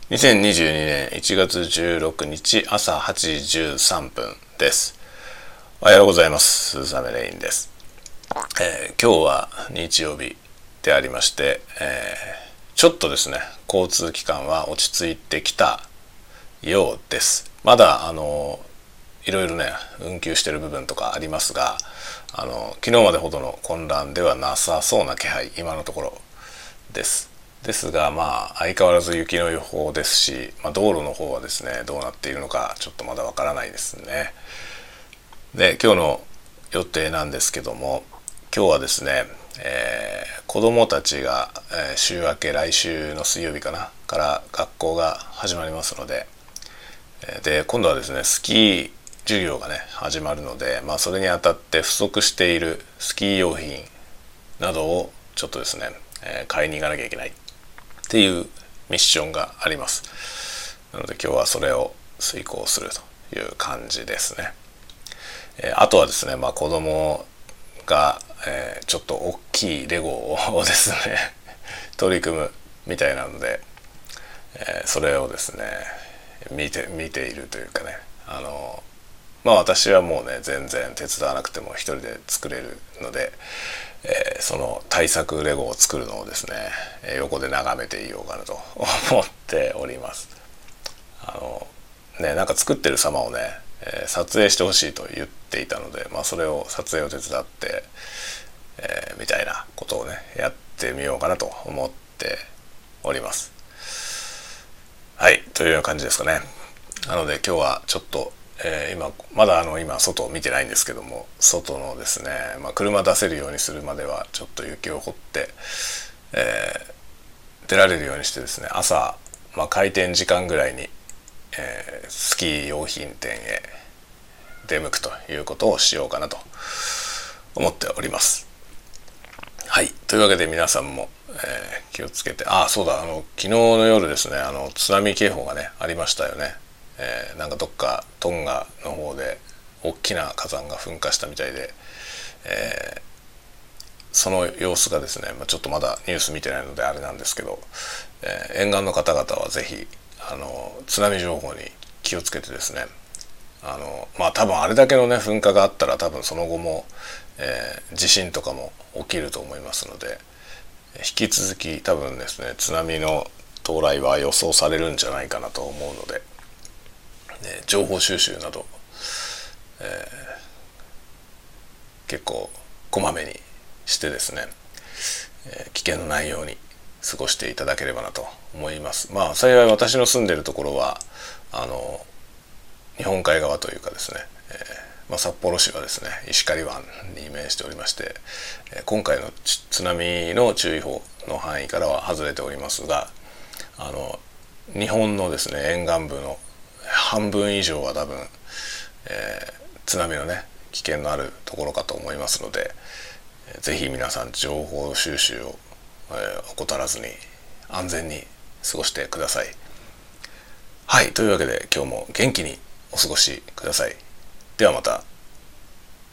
2022年1月16日朝8時13分です。おはようございます。鈴雨レインです。今日は日曜日でありまして、ちょっとですね交通機関は落ち着いてきたようです。まだいろいろね運休してる部分とかありますが、昨日までほどの混乱ではなさそうな気配、今のところですが、相変わらず雪の予報ですし、道路の方はですねどうなっているのかちょっとまだわからないですね。で、今日の予定なんですけども、今日はですね、子どもたちが、週明け来週の水曜日から学校が始まりますので、で今度はですねスキー授業がね始まるので、それにあたって不足しているスキー用品などをちょっとですね、買いに行かなきゃいけないっていうミッションがあります。なので今日はそれを遂行するという感じですね。あとはですね、子供が、ちょっと大きいレゴをですね取り組むみたいなので、それをですね見ているというかね、私はもうね全然手伝わなくても一人で作れるので、その対策レゴを作るのをですね、横で眺めていようかなと思っております。なんか作ってる様をね、撮影してほしいと言っていたので、それを撮影を手伝って、みたいなことをねやってみようかなと思っております。はい、というような感じですかね。なので今日はちょっと、今外を見てないんですけども、外のですね、車出せるようにするまではちょっと雪を掘って、出られるようにしてですね、朝、開店時間ぐらいに、スキー用品店へ出向くということをしようかなと思っております。はい、というわけで皆さんも、気をつけて、そうだ、昨日の夜ですね、津波警報がねありましたよね。なんかどっかトンガの方で大きな火山が噴火したみたいで、その様子がですね、ちょっとまだニュース見てないのであれなんですけど、沿岸の方々はぜひ津波情報に気をつけてですね、多分あれだけのね噴火があったら多分その後も、地震とかも起きると思いますので、引き続き多分ですね津波の到来は予想されるんじゃないかなと思うので、情報収集など、結構こまめにしてですね、危険のないように過ごしていただければなと思います。幸い私の住んでいるところは日本海側というかですね、札幌市はですね石狩湾に面しておりまして、今回の津波の注意報の範囲からは外れておりますが、日本のですね沿岸部の半分以上は多分、津波のね危険のあるところかと思いますので、ぜひ皆さん情報収集を、怠らずに安全に過ごしてください。はい、というわけで今日も元気にお過ごしください。ではまた。